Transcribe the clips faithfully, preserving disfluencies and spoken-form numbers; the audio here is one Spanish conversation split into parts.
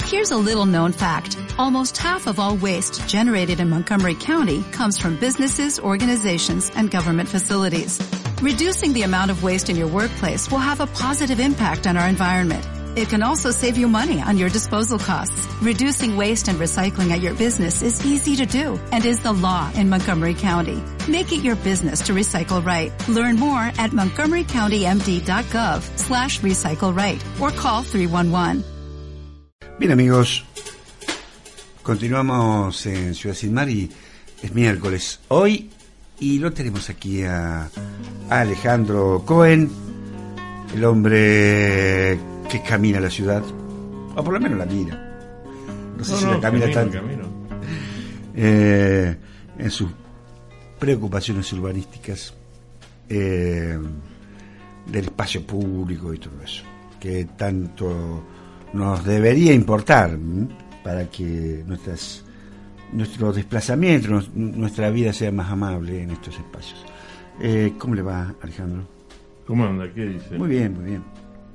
Here's a little known fact. Almost half of all waste generated in Montgomery County comes from businesses, organizations, and government facilities. Reducing the amount of waste in your workplace will have a positive impact on our environment. It can also save you money on your disposal costs. Reducing waste and recycling at your business is easy to do and is the law in Montgomery County. Make it your business to recycle right. Learn more at montgomery county m d dot gov slash recycle right or call three one one. Bien, amigos, continuamos en Ciudad Sin Mar y es miércoles hoy y lo tenemos aquí a, a Alejandro Cohen, el hombre que camina la ciudad, o por lo menos la mira. No sé no, si no, la camina camino, tanto. Camino. Eh, en sus preocupaciones urbanísticas, eh, del espacio público y todo eso, que tanto nos debería importar ¿m? para que nuestras nuestro desplazamiento, nuestra vida sea más amable en estos espacios. Eh, ¿Cómo le va, Alejandro? ¿Cómo anda? ¿Qué dice? Muy bien, muy bien.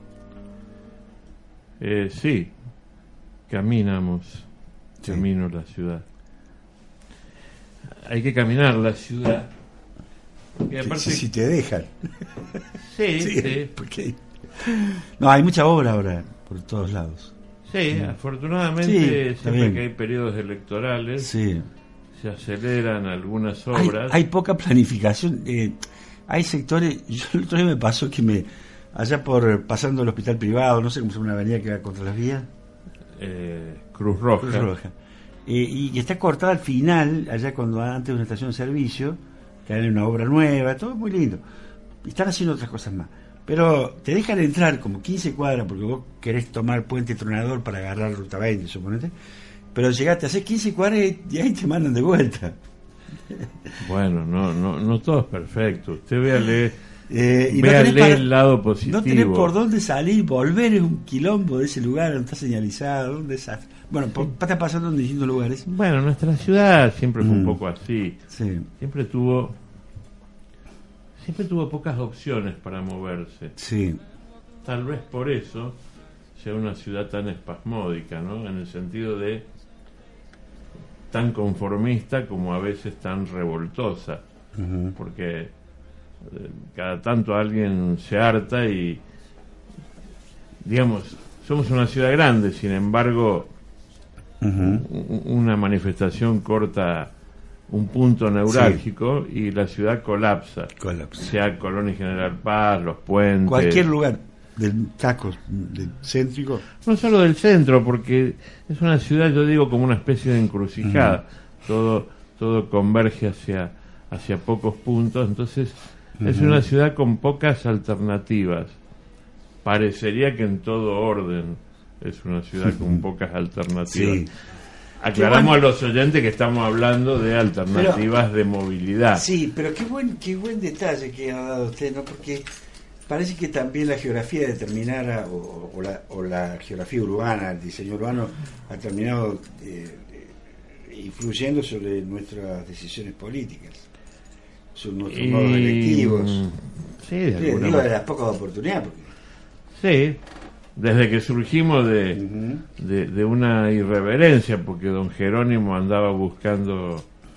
Eh, sí, caminamos, sí. Camino la ciudad. Hay que caminar la ciudad. Porque aparte... Si, si te dejan. Sí, sí, sí. Porque... No, hay mucha obra ahora por todos lados. Sí, sí. Afortunadamente sí, siempre que hay periodos electorales sí. se aceleran algunas obras. Hay, hay poca planificación. Eh, hay sectores. Yo el otro día me pasó que me allá por pasando el hospital privado, no sé cómo se llama una avenida que va contra las vías. Eh, Cruz Roja. Cruz Roja. Eh, y está cortada al final, allá cuando antes de una estación de servicio, que hay una obra nueva, todo muy lindo. Y están haciendo otras cosas más. Pero te dejan entrar como quince cuadras porque vos querés tomar Puente Tronador para agarrar Ruta veinte, suponete. Pero llegaste a hacer quince cuadras y ahí te mandan de vuelta. Bueno, no no no todo es perfecto. Usted vea leer, eh, y vea no leer para, el lado positivo. No tenés por dónde salir, volver es un quilombo de ese lugar, no está señalizado, un desastre. Bueno, sí. Está pasando en distintos lugares. Bueno, nuestra ciudad siempre fue mm. un poco así. Sí. Siempre tuvo... Siempre tuvo pocas opciones para moverse. Sí. Tal vez por eso sea una ciudad tan espasmódica, ¿no? En el sentido de tan conformista como a veces tan revoltosa. Uh-huh. Porque eh, cada tanto alguien se harta y, digamos, somos una ciudad grande, sin embargo, uh-huh. una manifestación corta un punto neurálgico sí. y la ciudad colapsa. colapsa. Sea Colón y General Paz, los puentes. Cualquier lugar del taco, del céntrico. No solo del centro, porque es una ciudad, yo digo, como una especie de encrucijada. Uh-huh. Todo todo converge hacia, hacia pocos puntos. Entonces, uh-huh. es una ciudad con pocas alternativas. Parecería que en todo orden es una ciudad uh-huh. con pocas alternativas. Sí. Aclaramos bueno, a los oyentes que estamos hablando de alternativas pero, de movilidad. Sí, pero qué buen qué buen detalle que ha dado usted, ¿no? Porque parece que también la geografía determinara, o, o, la, o la geografía urbana, el diseño urbano, ha terminado eh, eh, influyendo sobre nuestras decisiones políticas, sobre nuestros y, modos electivos. Sí, de, sí, digo, de las pocas oportunidades. Porque... Sí. Desde que surgimos de, uh-huh. de, de una irreverencia, porque don Jerónimo andaba buscando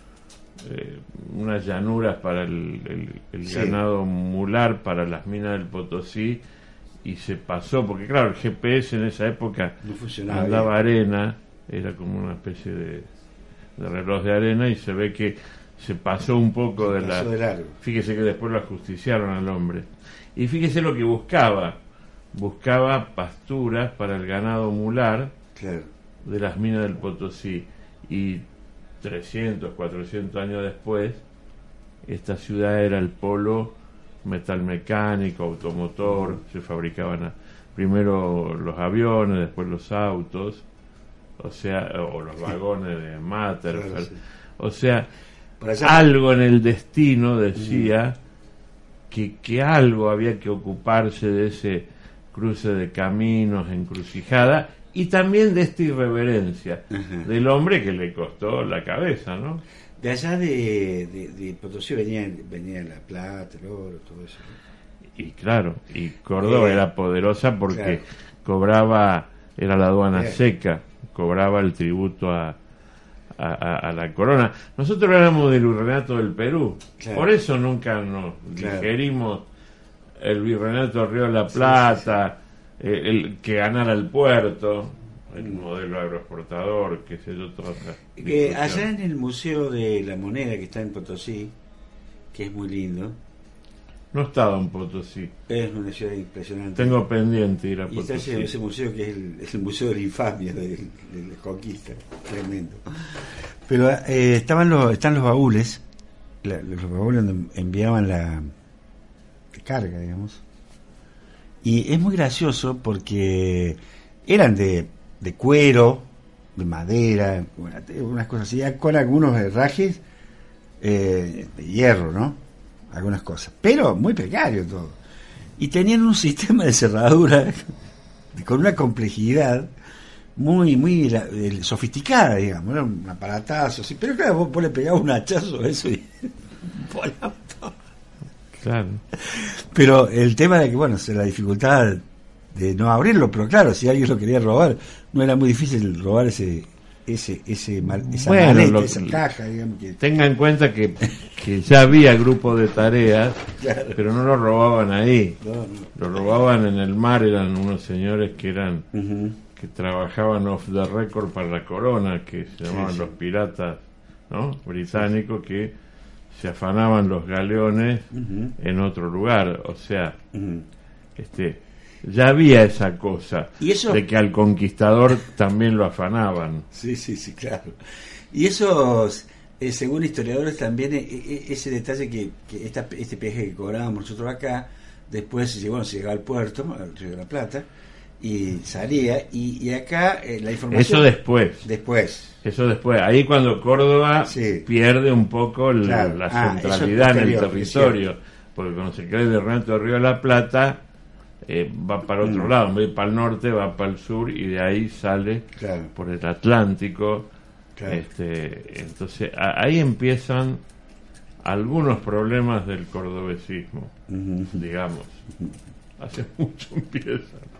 eh, unas llanuras para el, el, el sí. ganado mular, para las minas del Potosí, y se pasó, porque claro, el G P S en esa época no andaba bien. Arena, era como una especie de, de reloj de arena, y se ve que se pasó un poco se de la... De fíjese que después lo ajusticiaron al hombre. Y fíjese lo que buscaba. Buscaba pasturas para el ganado mular claro. de las minas del Potosí, y trescientos, cuatrocientos años después esta ciudad era el polo metalmecánico, automotor, uh-huh. se fabricaban a, primero los aviones, después los autos, o sea, o los vagones de Mater, claro, sí. o sea, algo en el destino decía uh-huh. que, que algo había que ocuparse de ese cruce de caminos, encrucijada, y también de esta irreverencia uh-huh. del hombre que le costó la cabeza, ¿no? De allá de, de, de Potosí venía, venía la plata, el oro, todo eso, ¿no? Y claro, y Córdoba eh, era poderosa porque claro. cobraba, era la aduana eh. seca, cobraba el tributo a, a, a, a la corona. Nosotros éramos del virreinato del Perú, claro. Por eso nunca nos claro. digerimos el virreinato del Río de la Plata, sí, sí, sí. El, el que ganara el puerto, el modelo agroexportador, que sé yo, todas las eh, allá en el Museo de la Moneda, que está en Potosí, que es muy lindo. No he estado en Potosí. Es una ciudad impresionante. Tengo pendiente ir a Potosí. Y está ese, ese museo que es el, es el museo de la infamia de, de la conquista, tremendo. Pero eh, estaban los, están los baúles, la, los baúles donde enviaban la carga, digamos. Y es muy gracioso porque eran de, de cuero, de madera, unas cosas así, con algunos herrajes eh, de hierro, ¿no? Algunas cosas, pero muy precario todo. Y tenían un sistema de cerradura con una complejidad muy muy la, el, sofisticada, digamos, era un aparatazo, así, pero claro, vos, vos le pegabas un hachazo a eso y volaba todo. Claro. Pero el tema de que, bueno, la dificultad de no abrirlo, pero claro, si alguien lo quería robar, no era muy difícil robar ese ese ese esa bueno, maleta, lo, esa caja, digamos que... Tenga en cuenta que, que ya había grupo de tareas, claro. Pero no lo robaban ahí, no, no. Lo robaban en el mar, eran unos señores que eran uh-huh. que trabajaban off the record para la corona, que se llamaban sí, sí. los piratas, ¿no? británicos, sí. que se afanaban los galeones uh-huh. en otro lugar, o sea, uh-huh. este ya había esa cosa ¿Y eso? de que al conquistador también lo afanaban. Sí, sí, sí, claro. Y eso, eh, según historiadores, también eh, eh, ese detalle que, que esta, este peaje que cobrábamos nosotros acá, después se llegó, se llegaba al puerto, al Río de la Plata, y salía, y, y acá eh, la información... Eso después. Después. Eso después. Ahí cuando Córdoba sí. pierde un poco el, claro. la ah, centralidad en el territorio, porque cuando se crea el virreinato del Río de la Plata... Eh, va para otro mm. lado, en vez de para el norte va para el sur y de ahí sale claro. por el Atlántico, claro. este, entonces a, ahí empiezan algunos problemas del cordobesismo, uh-huh. digamos, uh-huh. hace mucho empiezan.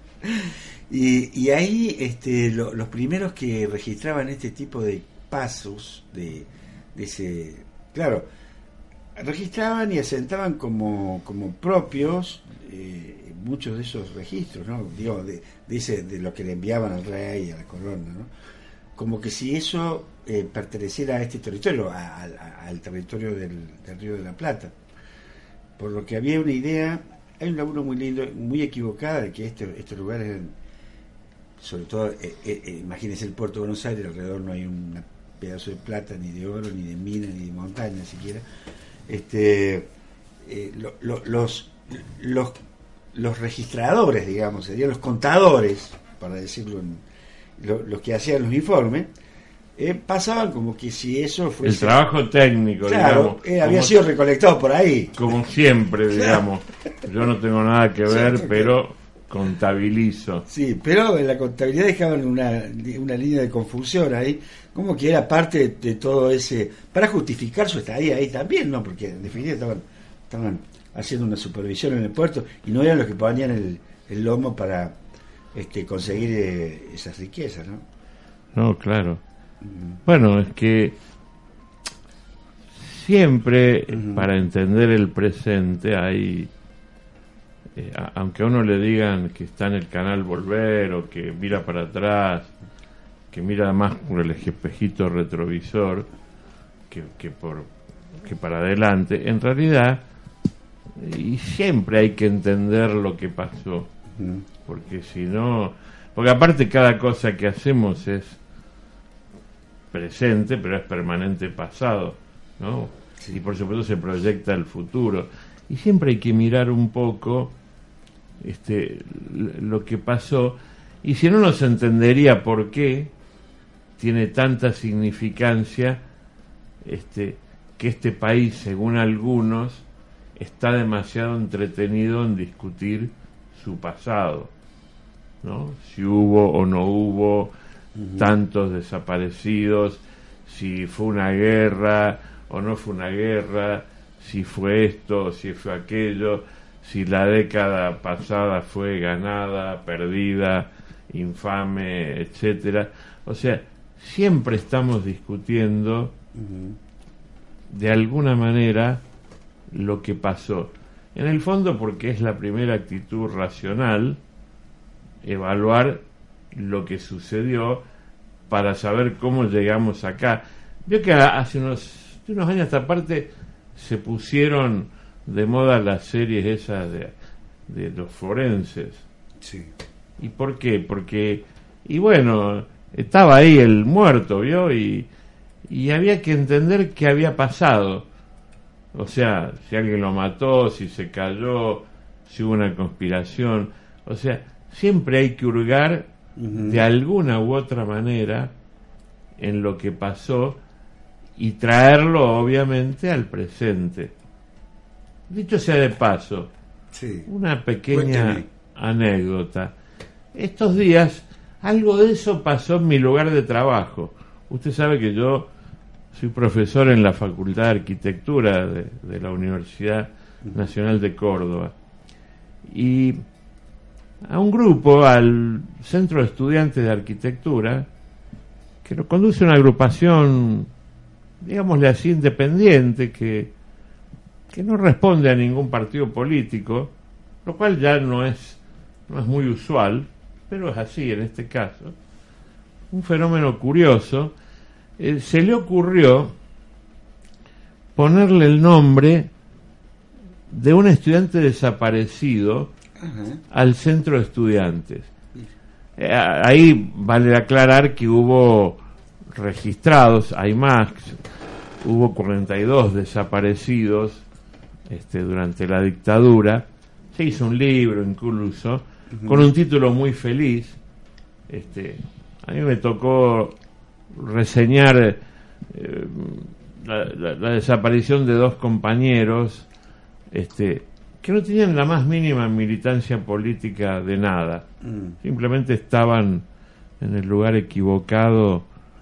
Y, y ahí este, lo, los primeros que registraban este tipo de pasos de, de ese, claro, registraban y asentaban como, como propios eh, muchos de esos registros, ¿no? Digo, de, de, ese, de lo que le enviaban al rey y a la corona, ¿no? Como que si eso eh, perteneciera a este territorio, a, a, al territorio del, del Río de la Plata. Por lo que había una idea, hay un laburo muy lindo, muy equivocada, de que este, estos lugares eran, sobre todo, eh, eh, imagínense el puerto de Buenos Aires, alrededor no hay un pedazo de plata, ni de oro, ni de mina, ni de montaña siquiera. Este, eh, lo, lo, los, los los registradores, digamos, serían los contadores, para decirlo, en, lo, los que hacían los informes, eh, pasaban como que si eso fuese... El trabajo técnico, claro, digamos. Eh, había sido recolectado por ahí. Como siempre, digamos. Yo no tengo nada que ver, sí, pero contabilizo. Sí, pero en la contabilidad dejaban una, una línea de confusión ahí, como que era parte de, de todo ese... Para justificar su estadía ahí también, ¿no? Porque en definitiva estaban... estaban haciendo una supervisión en el puerto y no eran los que ponían el, el lomo para este, conseguir eh, esas riquezas, ¿no? No, claro. Uh-huh. Bueno, es que siempre uh-huh. para entender el presente hay, eh, a, aunque a uno le digan que está en el canal Volver o que mira para atrás, que mira más por el espejito retrovisor que, que, por, que para adelante, en realidad... Y siempre hay que entender lo que pasó, porque si no, porque aparte cada cosa que hacemos es presente, pero es permanente pasado, ¿no? Sí. Y por supuesto se proyecta el futuro. Y siempre hay que mirar un poco este lo que pasó, y si no, no se entendería por qué tiene tanta significancia este que este país, según algunos, está demasiado entretenido en discutir su pasado, ¿no? Si hubo o no hubo uh-huh. tantos desaparecidos, si fue una guerra o no fue una guerra, si fue esto o si fue aquello, si la década pasada fue ganada, perdida, infame, etcétera. O sea, siempre estamos discutiendo uh-huh. de alguna manera lo que pasó. En el fondo porque es la primera actitud racional evaluar lo que sucedió para saber cómo llegamos acá. Veo que hace unos, unos años esta parte se pusieron de moda las series esas de, de los forenses. Sí. ¿Y por qué? Porque, y bueno, estaba ahí el muerto, ¿vio? Y, y había que entender qué había pasado. O sea, si alguien lo mató, si se cayó, si hubo una conspiración. O sea, siempre hay que hurgar uh-huh. de alguna u otra manera en lo que pasó y traerlo, obviamente, al presente. Dicho sea de paso, sí. una pequeña Cuénteme. anécdota. Estos días, algo de eso pasó en mi lugar de trabajo. Usted sabe que yo soy profesor en la Facultad de Arquitectura de, de la Universidad Nacional de Córdoba. Y a un grupo, al Centro de Estudiantes de Arquitectura, que lo conduce una agrupación, digámosle así, independiente, que, que no responde a ningún partido político, lo cual ya no es, no es muy usual, pero es así en este caso. Un fenómeno curioso. Eh, se le ocurrió ponerle el nombre de un estudiante desaparecido uh-huh. al centro de estudiantes. Eh, ahí vale aclarar que hubo registrados, hay más, hubo cuarenta y dos desaparecidos este, durante la dictadura. Se hizo un libro incluso uh-huh. con un título muy feliz. Este, a mí me tocó reseñar eh, la, la, la desaparición de dos compañeros este, que no tenían la más mínima militancia política de nada, mm. simplemente estaban en el lugar equivocado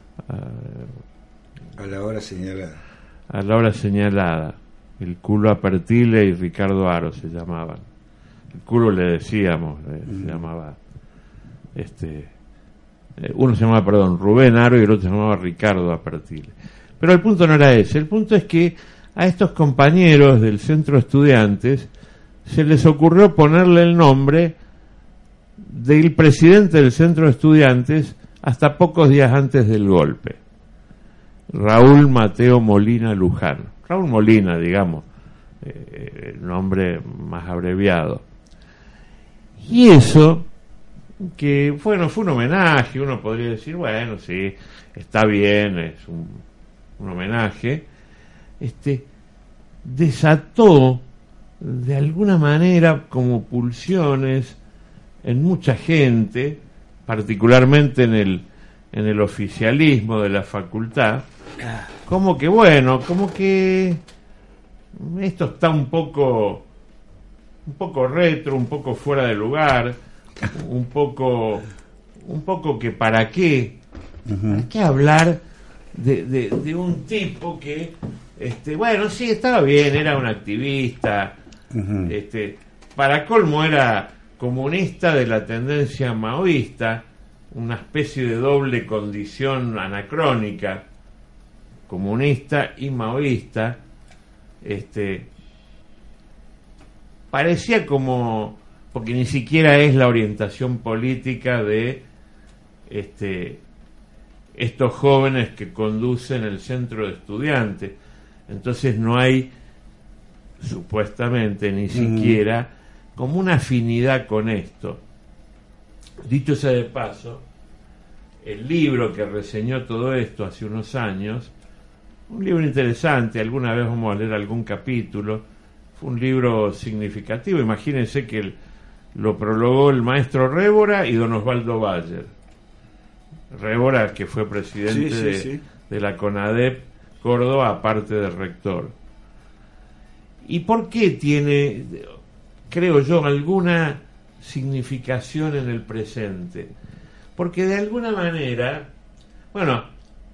a, a la hora señalada. A la hora señalada. El culo Apertile y Ricardo Aro se llamaban. El culo le decíamos, eh, mm. se llamaba este uno se llamaba, perdón, Rubén Aro y el otro se llamaba Ricardo Apertile. Pero el punto no era ese, el punto es que a estos compañeros del centro de estudiantes se les ocurrió ponerle el nombre del presidente del centro de estudiantes hasta pocos días antes del golpe, Raúl Mateo Molina Luján. Raúl Molina, digamos, eh, el nombre más abreviado. Y eso, que bueno, fue un homenaje, uno podría decir, bueno, sí, está bien, es un, un homenaje, este, desató de alguna manera como pulsiones en mucha gente, particularmente en el en el oficialismo de la facultad, como que bueno, como que esto está un poco un poco retro, un poco fuera de lugar, un poco un poco que para qué uh-huh. ¿para qué hablar de, de, de un tipo que este bueno, sí, estaba bien, era un activista, uh-huh. este para colmo era comunista de la tendencia maoísta, una especie de doble condición anacrónica, comunista y maoísta. Este parecía como, porque ni siquiera es la orientación política de este estos jóvenes que conducen el centro de estudiantes, entonces no hay supuestamente ni mm. siquiera como una afinidad con esto. Dicho sea de paso, el libro que reseñó todo esto hace unos años, un libro interesante, alguna vez vamos a leer algún capítulo, fue un libro significativo. Imagínense que el, lo prologó el maestro Révora y don Osvaldo Bayer. Révora, que fue presidente sí, sí, de, sí. de la CONADEP Córdoba, aparte de rector. ¿Y por qué tiene, creo yo, alguna significación en el presente? Porque de alguna manera, bueno,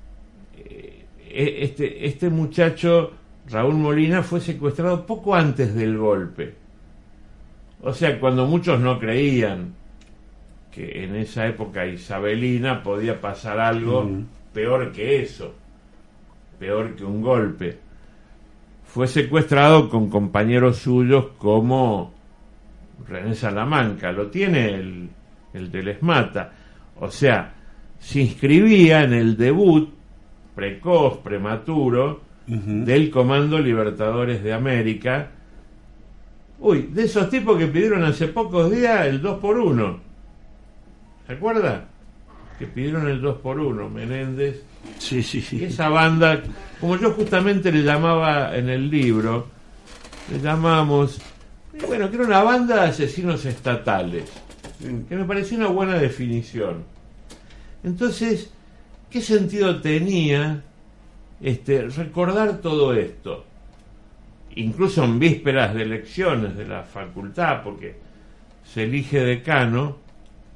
este, este muchacho Raúl Molina fue secuestrado poco antes del golpe, o sea, cuando muchos no creían que en esa época isabelina podía pasar algo uh-huh. peor que eso, peor que un golpe. Fue secuestrado con compañeros suyos como René Salamanca, lo tiene el, el de Les Mata. O sea, se inscribía en el debut precoz, prematuro, uh-huh. del Comando Libertadores de América. Uy, de esos tipos que pidieron hace pocos días el dos por uno. ¿Se acuerda? Que pidieron el dos por uno, Menéndez. Sí, sí, sí. Y esa banda, como yo justamente le llamaba en el libro, le llamamos, bueno, que era una banda de asesinos estatales, que me pareció una buena definición. Entonces, ¿qué sentido tenía este recordar todo esto? Incluso en vísperas de elecciones de la facultad, porque se elige decano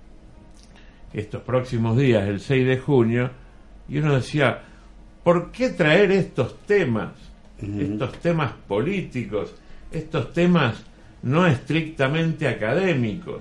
estos próximos días, el seis de junio, y uno decía, ¿por qué traer estos temas? Uh-huh. Estos temas políticos, estos temas no estrictamente académicos.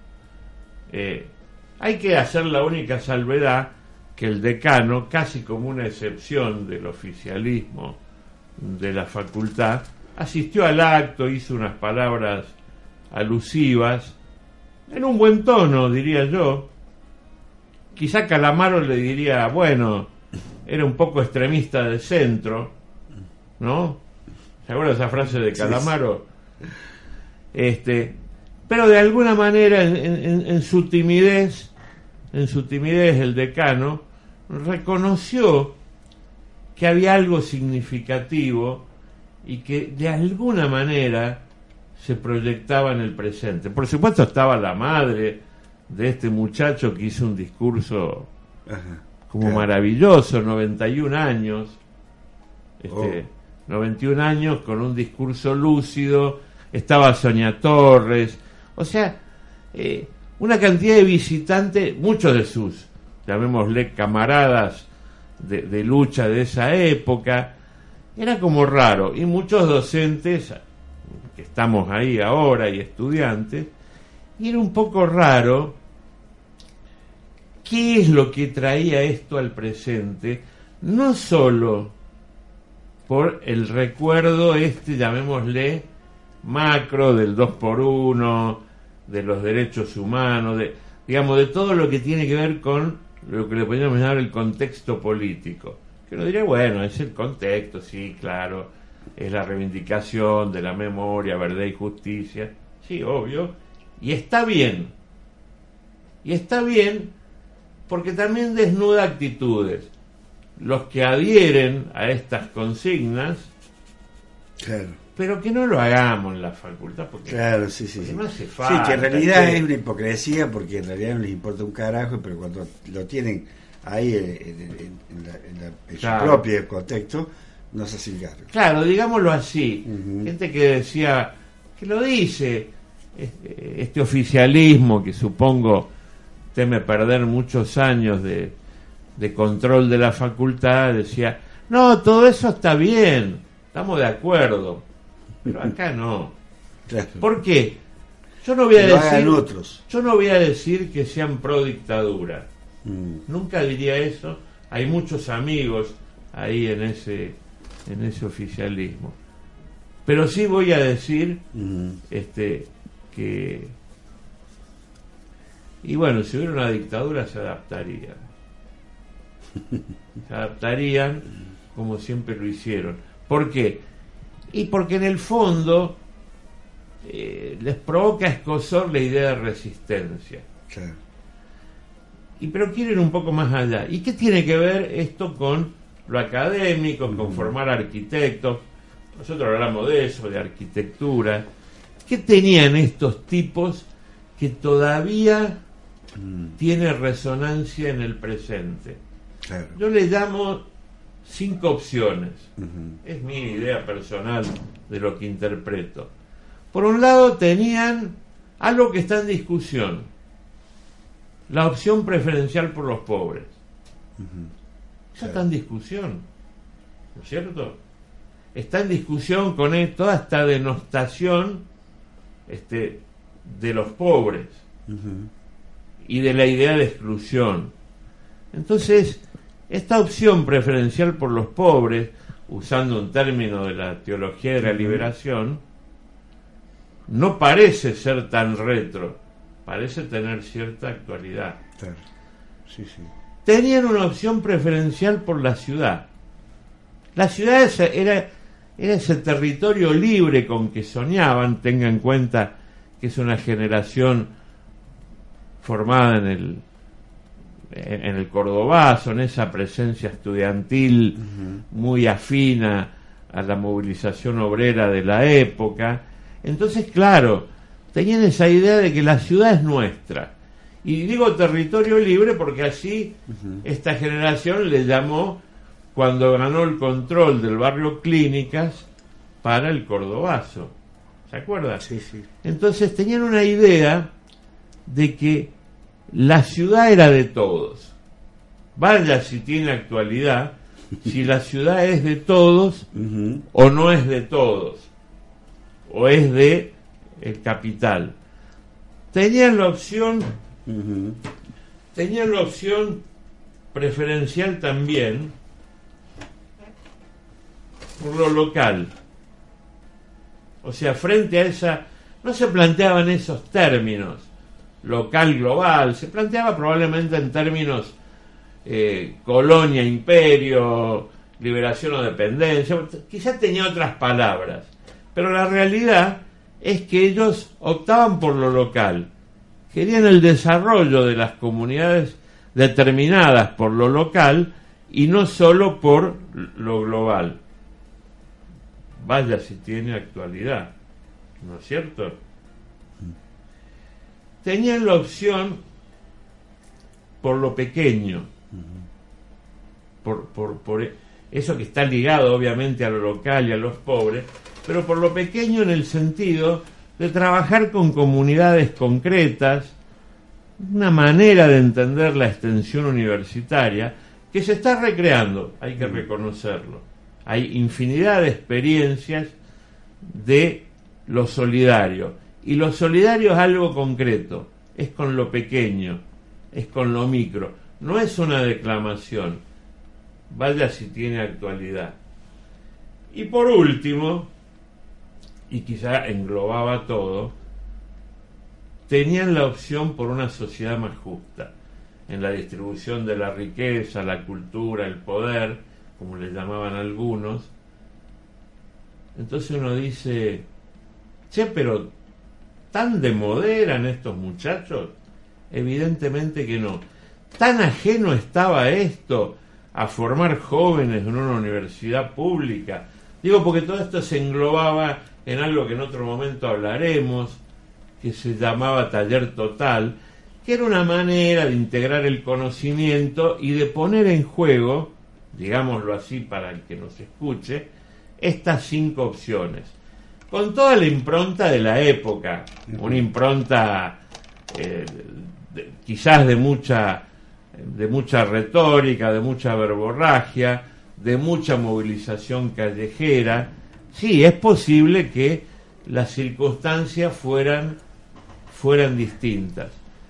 Eh, hay que hacer la única salvedad que el decano, casi como una excepción del oficialismo de la facultad, asistió al acto, hizo unas palabras alusivas, en un buen tono, diría yo. Quizá Calamaro le diría, bueno, era un poco extremista de centro, ¿no? ¿Se acuerda esa frase de Calamaro? Sí, sí. Este, pero de alguna manera, en, en, en su timidez, en su timidez, el decano reconoció que había algo significativo y que de alguna manera se proyectaba en el presente. Por supuesto estaba la madre de este muchacho que hizo un discurso Ajá, como claro. maravilloso, noventa y un años, este, oh. noventa y un años con un discurso lúcido, estaba Sonia Torres, o sea, eh, una cantidad de visitantes, muchos de sus, llamémosle camaradas de, de lucha de esa época, era como raro, y muchos docentes que estamos ahí ahora y estudiantes, y era un poco raro. ¿Qué es lo que traía esto al presente? No solo por el recuerdo este, llamémosle, macro del dos por uno, de los derechos humanos, de, digamos, de todo lo que tiene que ver con lo que le podríamos llamar el contexto político. Que uno diría, bueno, es el contexto, sí, claro, es la reivindicación de la memoria, verdad y justicia, sí, obvio, y está bien, y está bien porque también desnuda actitudes. Los que adhieren a estas consignas, claro, pero que no lo hagamos en la facultad, porque, claro, sí, sí, porque sí. no hace falta. Sí, que en realidad que... es una hipocresía, porque en realidad no les importa un carajo, pero cuando lo tienen ahí en, en, en, la, en, la, en claro. su propio contexto, no se hacen cargo. Claro, digámoslo así. Uh-huh. Gente que decía, que lo dice, este, este oficialismo que supongo teme perder muchos años de, de control de la facultad, decía, no, todo eso está bien, estamos de acuerdo, pero acá no. Claro. ¿Por qué? Yo no voy a que decir otros. Yo no voy a decir que sean pro dictadura. Mm. Nunca diría eso. Hay muchos amigos ahí en ese en ese oficialismo. Pero sí voy a decir mm. este que y bueno, si hubiera una dictadura se adaptarían. Se adaptarían como siempre lo hicieron. ¿Por qué? Y porque en el fondo eh, les provoca escozor la idea de resistencia. Claro. Y pero quieren un poco más allá. ¿Y qué tiene que ver esto con lo académico, uh-huh. con formar arquitectos? Nosotros hablamos de eso, de arquitectura. ¿Qué tenían estos tipos que todavía uh-huh. tiene resonancia en el presente? Claro. Yo le llamo cinco opciones. Uh-huh. Es mi idea personal de lo que interpreto. Por un lado tenían algo que está en discusión, la opción preferencial por los pobres. Uh-huh. Eso claro. está en discusión, ¿no es cierto? Está en discusión con él, toda esta denostación este, de los pobres. Uh-huh. y de la idea de exclusión. Entonces, esta opción preferencial por los pobres, usando un término de la teología de la liberación, no parece ser tan retro, parece tener cierta actualidad. Claro. Sí, sí. Tenían una opción preferencial por la ciudad. La ciudad era, era ese territorio libre con que soñaban. Tenga en cuenta que es una generación formada en el en el Cordobazo, en esa presencia estudiantil uh-huh. muy afina a la movilización obrera de la época. Entonces, claro, tenían esa idea de que la ciudad es nuestra. Y digo territorio libre porque así uh-huh. esta generación le llamó cuando ganó el control del barrio Clínicas para el Cordobazo. ¿Se acuerdan? Sí, sí. Entonces tenían una idea de que la ciudad era de todos. Vaya si tiene actualidad, si la ciudad es de todos uh-huh. o no es de todos, o es de el capital. Tenían la opción, uh-huh. tenían la opción preferencial también por lo local. O sea, frente a esa, no se planteaban esos términos, local, global, se planteaba probablemente en términos eh, colonia, imperio, liberación o dependencia, quizás tenía otras palabras, pero la realidad es que ellos optaban por lo local, querían el desarrollo de las comunidades determinadas por lo local y no solo por lo global. Vaya si tiene actualidad, ¿no es cierto? Tenían la opción por lo pequeño, por, por, por eso que está ligado obviamente a lo local y a los pobres, pero por lo pequeño en el sentido de trabajar con comunidades concretas, una manera de entender la extensión universitaria que se está recreando, hay que reconocerlo. Hay infinidad de experiencias de lo solidario. Y lo solidario es algo concreto, es con lo pequeño, es con lo micro, no es una declamación, vaya si tiene actualidad. Y por último, y quizá englobaba todo, tenían la opción por una sociedad más justa, en la distribución de la riqueza, la cultura, el poder, como le llamaban algunos. Entonces uno dice, che, pero ¿tan de moda eran estos muchachos? Evidentemente que no. ¿Tan ajeno estaba esto a formar jóvenes en una universidad pública? Digo porque todo esto se englobaba en algo que en otro momento hablaremos, que se llamaba taller total, que era una manera de integrar el conocimiento y de poner en juego, digámoslo así para el que nos escuche, estas cinco opciones. Con toda la impronta de la época, una impronta eh, de, quizás de mucha, de mucha retórica, de mucha verborragia, de mucha movilización callejera. Sí, es posible que las circunstancias fueran, fueran distintas,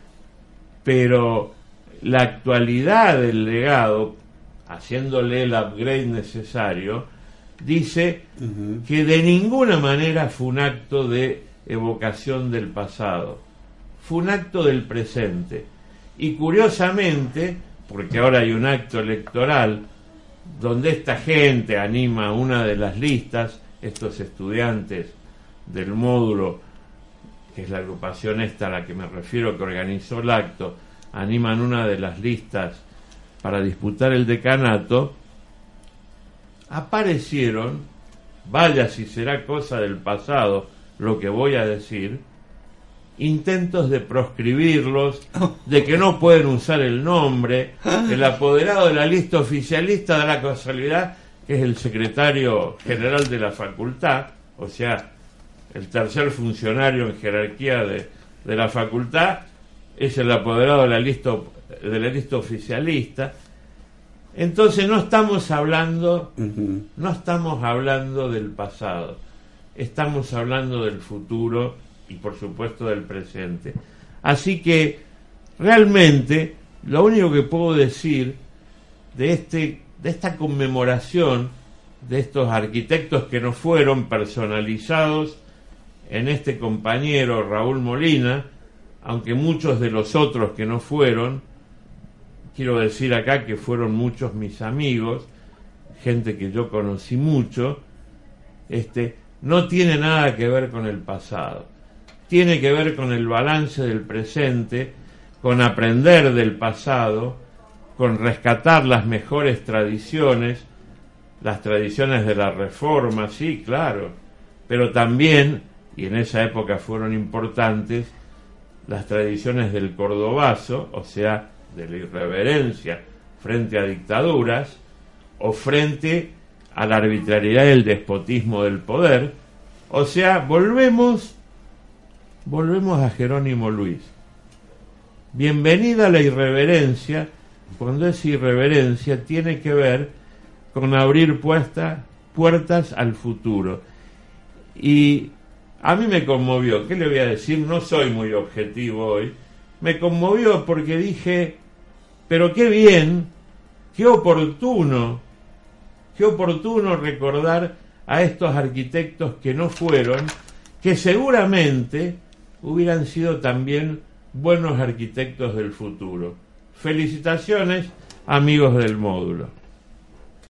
pero la actualidad del legado, haciéndole el upgrade necesario, dice uh-huh. que de ninguna manera fue un acto de evocación del pasado, fue un acto del presente. Y curiosamente, porque ahora hay un acto electoral donde esta gente anima a una de las listas, estos estudiantes del módulo, que es la agrupación esta a la que me refiero, que organizó el acto, animan una de las listas para disputar el decanato, aparecieron, vaya si será cosa del pasado lo que voy a decir, intentos de proscribirlos, de que no pueden usar el nombre. El apoderado de la lista oficialista da la casualidad que es el secretario general de la facultad, o sea, el tercer funcionario en jerarquía de, de la facultad, es el apoderado de la lista de la lista oficialista. Entonces no estamos hablando uh-huh. no estamos hablando del pasado, estamos hablando del futuro y por supuesto del presente. Así que realmente lo único que puedo decir de este de esta conmemoración de estos arquitectos que no fueron personalizados en este compañero Raúl Molina, aunque muchos de los otros que no fueron, quiero decir acá que fueron muchos mis amigos, gente que yo conocí mucho, este, no tiene nada que ver con el pasado, tiene que ver con el balance del presente, con aprender del pasado, con rescatar las mejores tradiciones, las tradiciones de la Reforma, sí, claro, pero también, y en esa época fueron importantes, las tradiciones del cordobazo, o sea, de la irreverencia frente a dictaduras o frente a la arbitrariedad y el despotismo del poder, o sea, volvemos volvemos a Jerónimo Luis. Bienvenida a la irreverencia, cuando esa irreverencia tiene que ver con abrir puesta, puertas al futuro. Y a mí me conmovió, ¿qué le voy a decir? No soy muy objetivo hoy. Me conmovió porque dije, pero qué bien, qué oportuno, qué oportuno recordar a estos arquitectos que no fueron, que seguramente hubieran sido también buenos arquitectos del futuro. Felicitaciones, amigos del módulo.